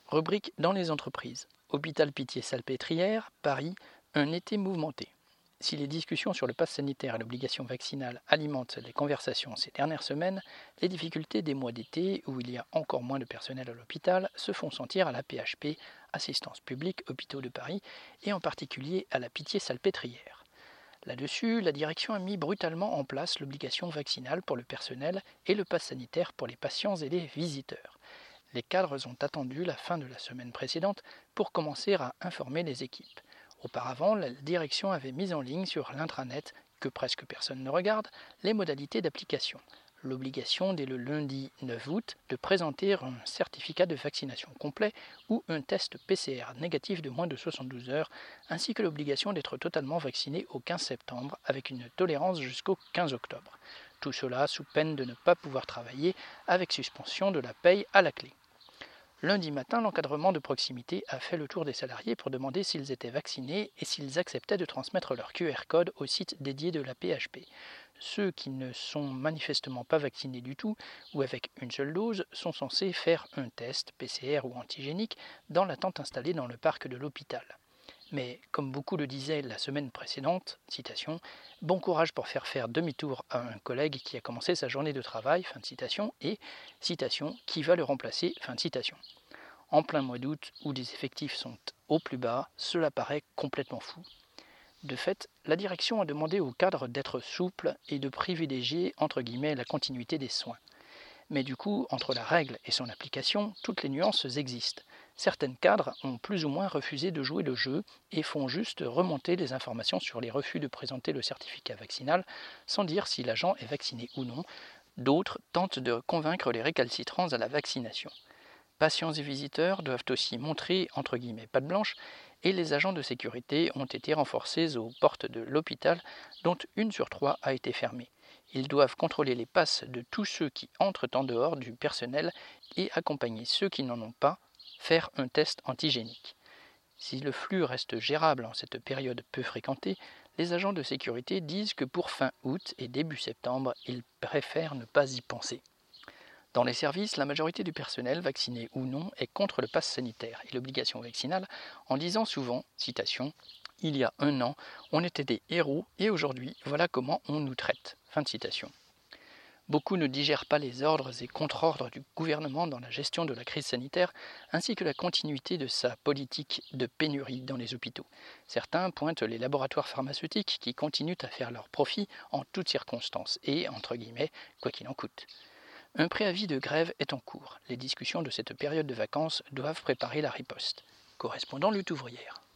Rubrique dans les entreprises. Hôpital Pitié-Salpêtrière, Paris, un été mouvementé. Si les discussions sur le pass sanitaire et l'obligation vaccinale alimentent les conversations ces dernières semaines, les difficultés des mois d'été, où il y a encore moins de personnel à l'hôpital, se font sentir à la PHP, Assistance publique Hôpitaux de Paris, et en particulier à la Pitié-Salpêtrière. Là-dessus, la direction a mis brutalement en place l'obligation vaccinale pour le personnel et le pass sanitaire pour les patients et les visiteurs. Les cadres ont attendu la fin de la semaine précédente pour commencer à informer les équipes. Auparavant, la direction avait mis en ligne sur l'intranet, que presque personne ne regarde, les modalités d'application. L'obligation dès le lundi 9 août de présenter un certificat de vaccination complet ou un test PCR négatif de moins de 72 heures, ainsi que l'obligation d'être totalement vacciné au 15 septembre avec une tolérance jusqu'au 15 octobre. Tout cela sous peine de ne pas pouvoir travailler avec suspension de la paye à la clé. Lundi matin, l'encadrement de proximité a fait le tour des salariés pour demander s'ils étaient vaccinés et s'ils acceptaient de transmettre leur QR code au site dédié de la PHP. Ceux qui ne sont manifestement pas vaccinés du tout ou avec une seule dose sont censés faire un test PCR ou antigénique dans la tente installée dans le parc de l'hôpital. Mais comme beaucoup le disaient la semaine précédente, citation, « bon courage pour faire demi-tour à un collègue qui a commencé sa journée de travail », fin de citation, et citation, « qui va le remplacer », fin de citation. En plein mois d'août, où les effectifs sont au plus bas, cela paraît complètement fou. De fait, la direction a demandé aux cadres d'être souples et de privilégier entre guillemets la continuité des soins. Mais du coup, entre la règle et son application, toutes les nuances existent. Certains cadres ont plus ou moins refusé de jouer le jeu et font juste remonter les informations sur les refus de présenter le certificat vaccinal sans dire si l'agent est vacciné ou non. D'autres tentent de convaincre les récalcitrants à la vaccination. Patients et visiteurs doivent aussi montrer entre guillemets patte blanche et les agents de sécurité ont été renforcés aux portes de l'hôpital dont 1 sur 3 a été fermée. Ils doivent contrôler les passes de tous ceux qui entrent en dehors du personnel et accompagner ceux qui n'en ont pas, faire un test antigénique. Si le flux reste gérable en cette période peu fréquentée, les agents de sécurité disent que pour fin août et début septembre, ils préfèrent ne pas y penser. Dans les services, la majorité du personnel, vacciné ou non, est contre le pass sanitaire et l'obligation vaccinale en disant souvent, citation, « Il y a 1 an, on était des héros et aujourd'hui, voilà comment on nous traite ». Fin de citation. Beaucoup ne digèrent pas les ordres et contre-ordres du gouvernement dans la gestion de la crise sanitaire, ainsi que la continuité de sa politique de pénurie dans les hôpitaux. Certains pointent les laboratoires pharmaceutiques qui continuent à faire leur profit en toutes circonstances et, entre guillemets, quoi qu'il en coûte. Un préavis de grève est en cours. Les discussions de cette période de vacances doivent préparer la riposte. Correspondant Lutte ouvrière.